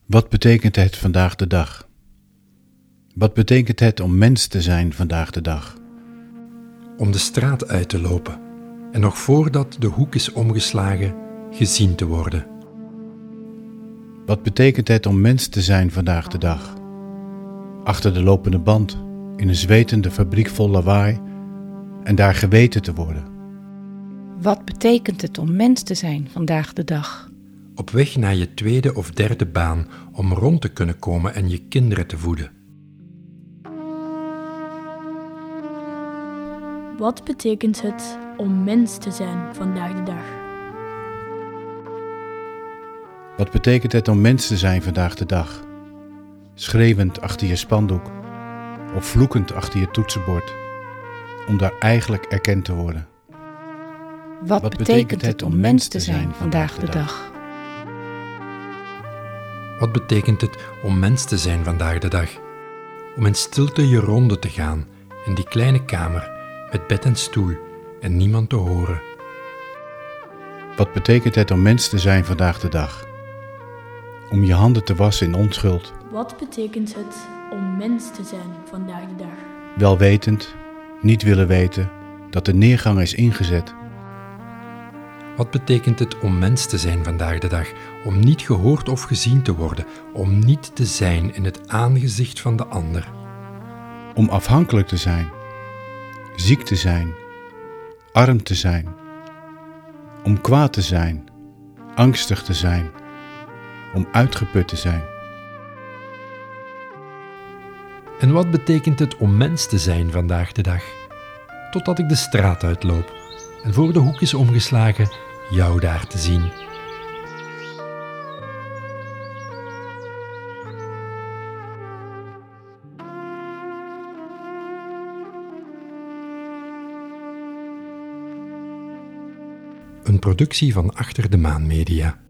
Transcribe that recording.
Wat betekent het vandaag de dag? Wat betekent het om mens te zijn vandaag de dag? Om de straat uit te lopen en nog voordat de hoek is omgeslagen, gezien te worden. Wat betekent het om mens te zijn vandaag de dag? Achter de lopende band, in een zwetende fabriek vol lawaai en daar geweten te worden. Wat betekent het om mens te zijn vandaag de dag? Op weg naar je tweede of derde baan om rond te kunnen komen en je kinderen te voeden. Wat betekent het om mens te zijn vandaag de dag? Wat betekent het om mens te zijn vandaag de dag? Schreeuwend achter je spandoek of vloekend achter je toetsenbord, om daar eigenlijk erkend te worden. Wat betekent het om mens te zijn vandaag de dag? Wat betekent het om mens te zijn vandaag de dag? Om in stilte je ronde te gaan in die kleine kamer met bed en stoel en niemand te horen. Wat betekent het om mens te zijn vandaag de dag? Om je handen te wassen in onschuld, Wat betekent het om mens te zijn vandaag de dag? wel wetend, niet willen weten dat de neergang is ingezet. Wat betekent het om mens te zijn vandaag de dag? Om niet gehoord of gezien te worden, om niet te zijn in het aangezicht van de ander. Om afhankelijk te zijn, ziek te zijn, arm te zijn. Om kwaad te zijn, angstig te zijn, om uitgeput te zijn. En wat betekent het om mens te zijn vandaag de dag? Totdat ik de straat uitloop en voor de hoek is omgeslagen jou daar te zien. Een productie van Achter de Maan Media.